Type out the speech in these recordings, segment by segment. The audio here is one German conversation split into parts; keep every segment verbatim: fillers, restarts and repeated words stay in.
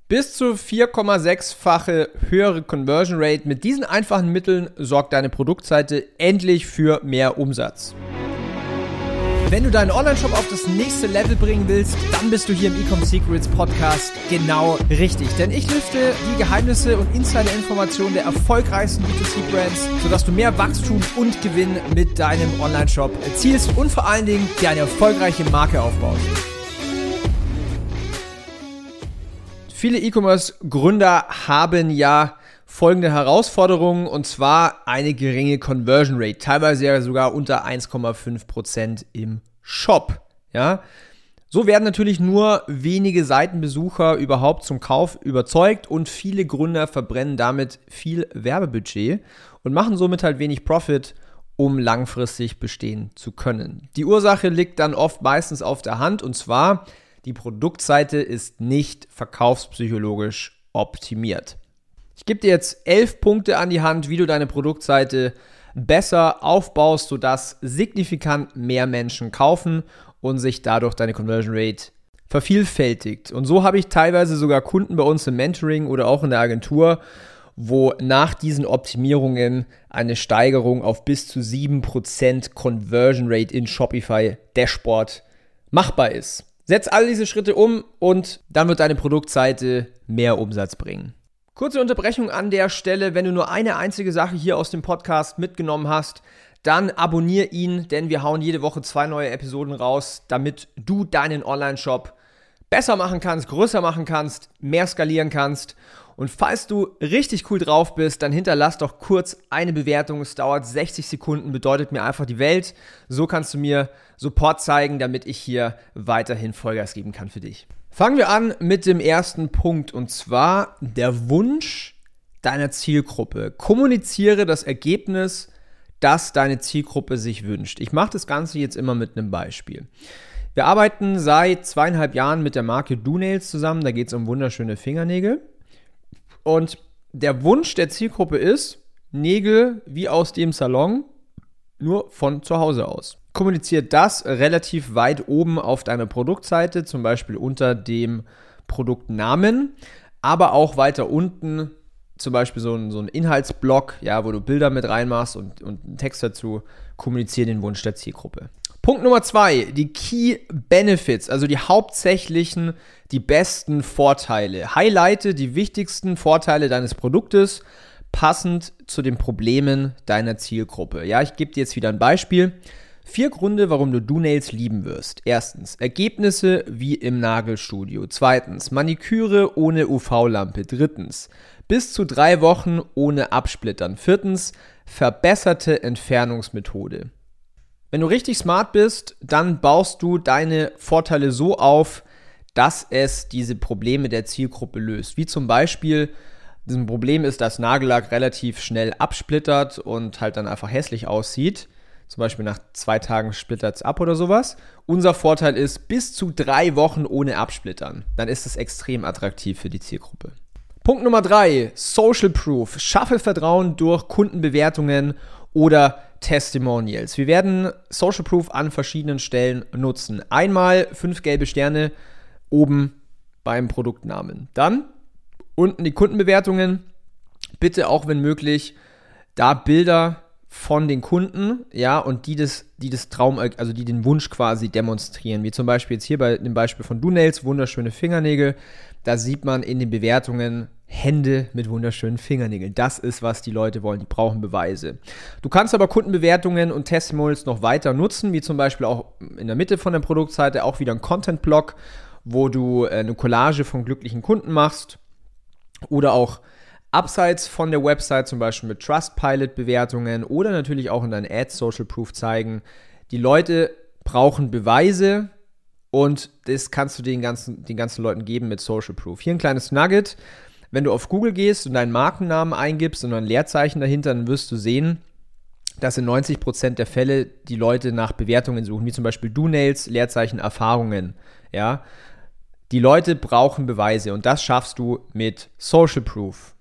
Bis zu vier Komma sechs-fache höhere Conversion Rate. Mit diesen einfachen Mitteln sorgt deine Produktseite endlich für mehr Umsatz. Wenn du deinen Onlineshop auf das nächste Level bringen willst, dann bist du hier im Ecom Secrets Podcast genau richtig. Denn ich lüfte die Geheimnisse und Insider-Informationen der erfolgreichsten B zwei C-Brands, sodass du mehr Wachstum und Gewinn mit deinem Onlineshop erzielst und vor allen Dingen dir eine erfolgreiche Marke aufbaust. Viele E-Commerce-Gründer haben ja folgende Herausforderungen, und zwar eine geringe Conversion Rate, teilweise ja sogar unter eins Komma fünf Prozent im Shop. Ja? So werden natürlich nur wenige Seitenbesucher überhaupt zum Kauf überzeugt und viele Gründer verbrennen damit viel Werbebudget und machen somit halt wenig Profit, um langfristig bestehen zu können. Die Ursache liegt dann oft meistens auf der Hand, und zwar: die Produktseite ist nicht verkaufspsychologisch optimiert. Ich gebe dir jetzt elf Punkte an die Hand, wie du deine Produktseite besser aufbaust, sodass signifikant mehr Menschen kaufen und sich dadurch deine Conversion Rate vervielfältigt. Und so habe ich teilweise sogar Kunden bei uns im Mentoring oder auch in der Agentur, wo nach diesen Optimierungen eine Steigerung auf bis zu sieben Prozent Conversion Rate in Shopify Dashboard machbar ist. Setz all diese Schritte um und dann wird deine Produktseite mehr Umsatz bringen. Kurze Unterbrechung an der Stelle: Wenn du nur eine einzige Sache hier aus dem Podcast mitgenommen hast, dann abonniere ihn, denn wir hauen jede Woche zwei neue Episoden raus, damit du deinen Online-Shop besser machen kannst, größer machen kannst, mehr skalieren kannst. Und falls du richtig cool drauf bist, dann hinterlass doch kurz eine Bewertung. Es dauert sechzig Sekunden, bedeutet mir einfach die Welt. So kannst du mir Support zeigen, damit ich hier weiterhin Vollgas geben kann für dich. Fangen wir an mit dem ersten Punkt, und zwar der Wunsch deiner Zielgruppe. Kommuniziere das Ergebnis, das deine Zielgruppe sich wünscht. Ich mache das Ganze jetzt immer mit einem Beispiel. Wir arbeiten seit zweieinhalb Jahren mit der Marke DoNails zusammen. Da geht es um wunderschöne Fingernägel. Und der Wunsch der Zielgruppe ist: Nägel wie aus dem Salon, nur von zu Hause aus. Kommuniziert das relativ weit oben auf deiner Produktseite, zum Beispiel unter dem Produktnamen, aber auch weiter unten, zum Beispiel so ein, so ein Inhaltsblock, ja, wo du Bilder mit reinmachst und, und einen Text dazu. Kommuniziere den Wunsch der Zielgruppe. Punkt Nummer zwei, die Key Benefits, also die hauptsächlichen, die besten Vorteile. Highlighte die wichtigsten Vorteile deines Produktes, passend zu den Problemen deiner Zielgruppe. Ja, ich gebe dir jetzt wieder ein Beispiel. Vier Gründe, warum du DoNails lieben wirst. Erstens, Ergebnisse wie im Nagelstudio. Zweitens, Maniküre ohne U V-Lampe. Drittens, bis zu drei Wochen ohne Absplittern. Viertens, verbesserte Entfernungsmethode. Wenn du richtig smart bist, dann baust du deine Vorteile so auf, dass es diese Probleme der Zielgruppe löst. Wie zum Beispiel, das Problem ist, dass Nagellack relativ schnell absplittert und halt dann einfach hässlich aussieht. Zum Beispiel nach zwei Tagen splittert es ab oder sowas. Unser Vorteil ist bis zu drei Wochen ohne Absplittern. Dann ist es extrem attraktiv für die Zielgruppe. Punkt Nummer drei, Social Proof. Schaffe Vertrauen durch Kundenbewertungen oder Testimonials. Wir werden Social Proof an verschiedenen Stellen nutzen. Einmal fünf gelbe Sterne oben beim Produktnamen. Dann unten die Kundenbewertungen. Bitte auch, wenn möglich, da Bilder von den Kunden, ja, und die das, die das Traum, also die den Wunsch quasi demonstrieren. Wie zum Beispiel jetzt hier bei dem Beispiel von DoNails, wunderschöne Fingernägel. Da sieht man in den Bewertungen Hände mit wunderschönen Fingernägeln. Das ist, was die Leute wollen. Die brauchen Beweise. Du kannst aber Kundenbewertungen und Testimonials noch weiter nutzen, wie zum Beispiel auch in der Mitte von der Produktseite auch wieder ein Content-Blog, wo du eine Collage von glücklichen Kunden machst, oder auch abseits von der Website, zum Beispiel mit Trustpilot-Bewertungen oder natürlich auch in deinen Ads Social Proof zeigen. Die Leute brauchen Beweise und das kannst du den ganzen, den ganzen Leuten geben mit Social Proof. Hier ein kleines Nugget. Wenn du auf Google gehst und deinen Markennamen eingibst und ein Leerzeichen dahinter, dann wirst du sehen, dass in neunzig Prozent der Fälle die Leute nach Bewertungen suchen, wie zum Beispiel DoNails, Leerzeichen Erfahrungen. Ja? Die Leute brauchen Beweise und das schaffst du mit Social Proof.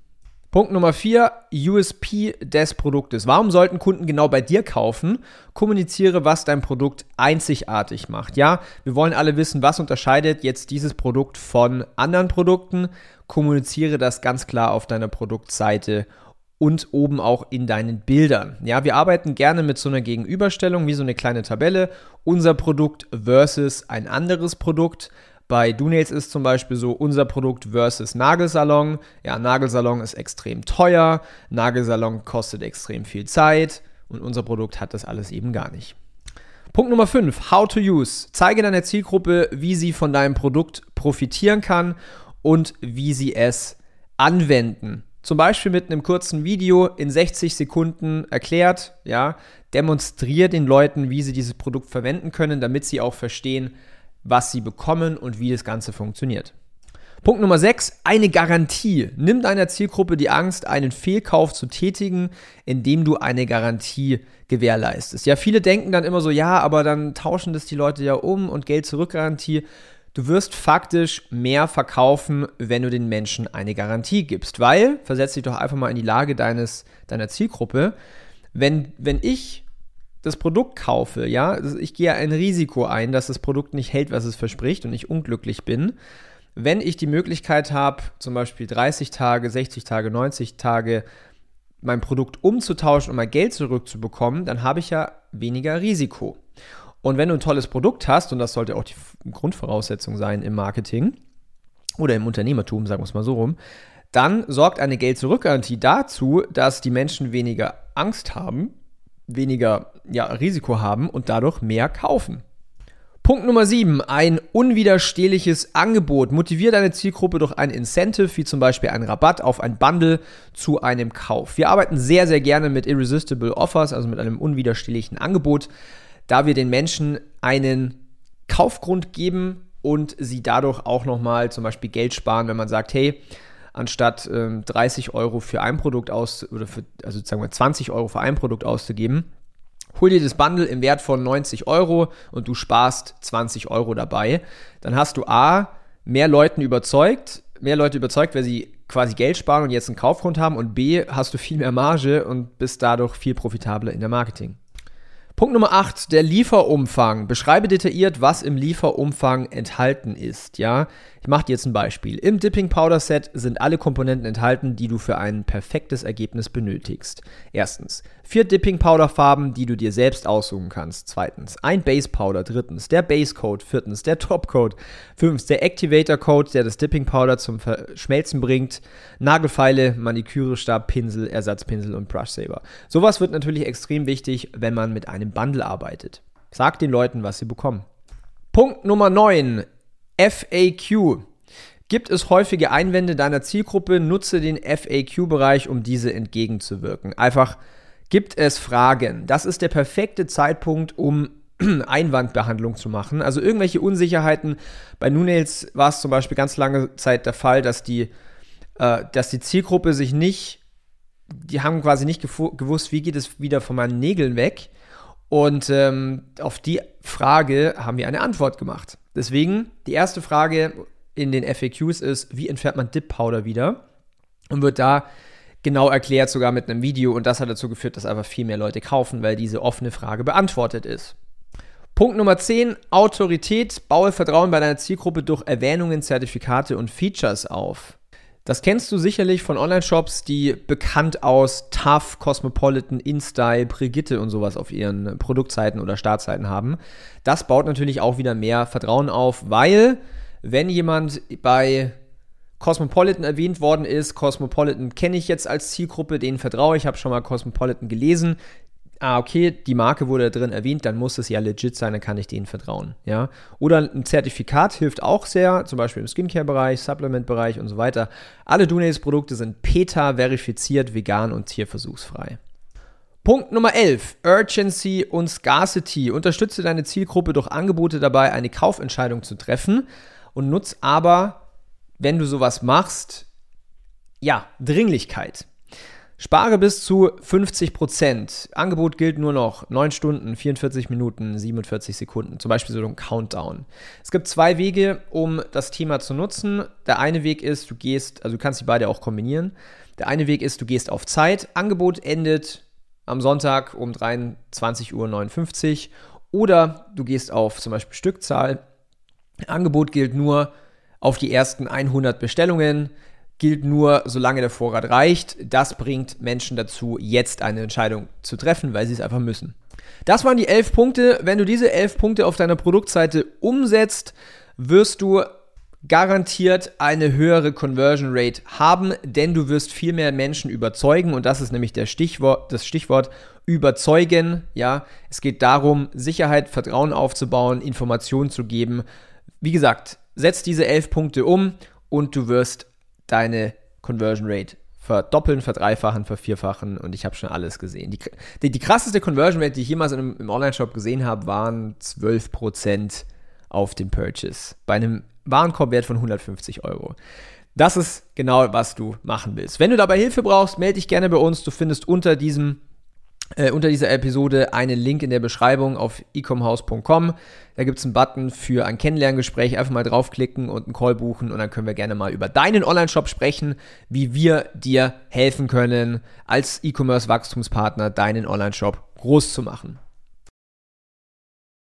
Punkt Nummer vier, U S P des Produktes. Warum sollten Kunden genau bei dir kaufen? Kommuniziere, was dein Produkt einzigartig macht. Ja, wir wollen alle wissen, was unterscheidet jetzt dieses Produkt von anderen Produkten. Kommuniziere das ganz klar auf deiner Produktseite und oben auch in deinen Bildern. Ja, wir arbeiten gerne mit so einer Gegenüberstellung, wie so eine kleine Tabelle. Unser Produkt versus ein anderes Produkt. Bei Donails ist zum Beispiel so unser Produkt versus Nagelsalon. Ja, Nagelsalon ist extrem teuer, Nagelsalon kostet extrem viel Zeit und unser Produkt hat das alles eben gar nicht. Punkt Nummer fünf, How to use. Zeige deiner Zielgruppe, wie sie von deinem Produkt profitieren kann und wie sie es anwenden. Zum Beispiel mit einem kurzen Video in sechzig Sekunden erklärt, ja, demonstriere den Leuten, wie sie dieses Produkt verwenden können, damit sie auch verstehen, was sie bekommen und wie das Ganze funktioniert. Punkt Nummer sechs, eine Garantie. Nimm deiner Zielgruppe die Angst, einen Fehlkauf zu tätigen, indem du eine Garantie gewährleistest. Ja, viele denken dann immer so, ja, aber dann tauschen das die Leute ja um und Geld-Zurück-Garantie. Du wirst faktisch mehr verkaufen, wenn du den Menschen eine Garantie gibst, weil, versetz dich doch einfach mal in die Lage deines, deiner Zielgruppe, wenn, wenn ich das Produkt kaufe, ja, ich gehe ein Risiko ein, dass das Produkt nicht hält, was es verspricht und ich unglücklich bin. Wenn ich die Möglichkeit habe, zum Beispiel dreißig Tage, sechzig Tage, neunzig Tage mein Produkt umzutauschen und mein Geld zurückzubekommen, dann habe ich ja weniger Risiko. Und wenn du ein tolles Produkt hast, und das sollte auch die Grundvoraussetzung sein im Marketing oder im Unternehmertum, sagen wir es mal so rum, dann sorgt eine Geld-Zurück-Garantie dazu, dass die Menschen weniger Angst haben, weniger ja, Risiko haben und dadurch mehr kaufen. Punkt Nummer sieben, ein unwiderstehliches Angebot. Motiviere deine Zielgruppe durch ein Incentive, wie zum Beispiel einen Rabatt auf ein Bundle zu einem Kauf. Wir arbeiten sehr, sehr gerne mit Irresistible Offers, also mit einem unwiderstehlichen Angebot, da wir den Menschen einen Kaufgrund geben und sie dadurch auch nochmal zum Beispiel Geld sparen, wenn man sagt, hey, anstatt ähm, dreißig Euro für ein Produkt aus oder für, also sagen wir zwanzig Euro für ein Produkt auszugeben, hol dir das Bundle im Wert von neunzig Euro und du sparst zwanzig Euro dabei. Dann hast du A, mehr Leuten überzeugt, mehr Leute überzeugt, weil sie quasi Geld sparen und jetzt einen Kaufgrund haben, und B, hast du viel mehr Marge und bist dadurch viel profitabler in der Marketing. Punkt Nummer acht, der Lieferumfang. Beschreibe detailliert, was im Lieferumfang enthalten ist. Ja, ich mache dir jetzt ein Beispiel. Im Dipping Powder Set sind alle Komponenten enthalten, die du für ein perfektes Ergebnis benötigst. Erstens, vier Dipping Powder Farben, die du dir selbst aussuchen kannst. Zweitens, ein Base Powder. Drittens, der Base Coat. Viertens, der Top Coat. Fünftens, der Activator Coat, der das Dipping Powder zum Verschmelzen bringt. Nagelfeile, Manikürestab, Pinsel, Ersatzpinsel und Brush Saver. Sowas wird natürlich extrem wichtig, wenn man mit einem Bundle arbeitet. Sag den Leuten, was sie bekommen. Punkt Nummer neun, F A Q. Gibt es häufige Einwände deiner Zielgruppe? Nutze den F A Q-Bereich, um diese entgegenzuwirken. Einfach, gibt es Fragen? Das ist der perfekte Zeitpunkt, um Einwandbehandlung zu machen. Also irgendwelche Unsicherheiten. Bei Donails war es zum Beispiel ganz lange Zeit der Fall, dass die, äh, dass die Zielgruppe sich nicht, die haben quasi nicht gefu- gewusst, wie geht es wieder von meinen Nägeln weg. Und ähm, auf die Frage haben wir eine Antwort gemacht. Deswegen, die erste Frage in den F A Qs ist, wie entfernt man Dip Powder wieder? Und wird da genau erklärt, sogar mit einem Video. Und das hat dazu geführt, dass einfach viel mehr Leute kaufen, weil diese offene Frage beantwortet ist. Punkt Nummer zehn, Autorität. Baue Vertrauen bei deiner Zielgruppe durch Erwähnungen, Zertifikate und Features auf. Das kennst du sicherlich von Online-Shops, die bekannt aus Tough, Cosmopolitan, InStyle, Brigitte und sowas auf ihren Produktseiten oder Startseiten haben. Das baut natürlich auch wieder mehr Vertrauen auf, weil wenn jemand bei Cosmopolitan erwähnt worden ist, Cosmopolitan kenne ich jetzt als Zielgruppe, denen vertraue ich, habe schon mal Cosmopolitan gelesen. Ah, okay, die Marke wurde da drin erwähnt, dann muss es ja legit sein, dann kann ich denen vertrauen, ja. Oder ein Zertifikat hilft auch sehr, zum Beispiel im Skincare-Bereich, Supplement-Bereich und so weiter. Alle Donails-Produkte sind PETA verifiziert, vegan und tierversuchsfrei. Punkt Nummer elf, Urgency und Scarcity. Unterstütze deine Zielgruppe durch Angebote dabei, eine Kaufentscheidung zu treffen und nutz aber, wenn du sowas machst, ja, Dringlichkeit. Spare bis zu fünfzig Prozent. Angebot gilt nur noch neun Stunden, vierundvierzig Minuten, siebenundvierzig Sekunden. Zum Beispiel so ein Countdown. Es gibt zwei Wege, um das Thema zu nutzen. Der eine Weg ist, du gehst, also du kannst die beide auch kombinieren. Der eine Weg ist, du gehst auf Zeit. Angebot endet am Sonntag um dreiundzwanzig Uhr neunundfünfzig. Oder du gehst auf zum Beispiel Stückzahl. Angebot gilt nur auf die ersten hundert Bestellungen. Gilt nur, solange der Vorrat reicht. Das bringt Menschen dazu, jetzt eine Entscheidung zu treffen, weil sie es einfach müssen. Das waren die elf Punkte. Wenn du diese elf Punkte auf deiner Produktseite umsetzt, wirst du garantiert eine höhere Conversion Rate haben, denn du wirst viel mehr Menschen überzeugen und das ist nämlich der Stichwort, das Stichwort überzeugen. Ja, es geht darum, Sicherheit, Vertrauen aufzubauen, Informationen zu geben. Wie gesagt, setz diese elf Punkte um und du wirst deine Conversion Rate verdoppeln, verdreifachen, vervierfachen und ich habe schon alles gesehen. Die, die, die krasseste Conversion Rate, die ich jemals im, im Online-Shop gesehen habe, waren zwölf Prozent auf den Purchase. Bei einem Warenkorbwert von hundertfünfzig Euro. Das ist genau, was du machen willst. Wenn du dabei Hilfe brauchst, melde dich gerne bei uns. Du findest unter diesem Äh, unter dieser Episode einen Link in der Beschreibung auf ecomhouse punkt com. Da gibt es einen Button für ein Kennenlerngespräch. Einfach mal draufklicken und einen Call buchen und dann können wir gerne mal über deinen Online-Shop sprechen, wie wir dir helfen können, als E-Commerce-Wachstumspartner deinen Online-Shop groß zu machen.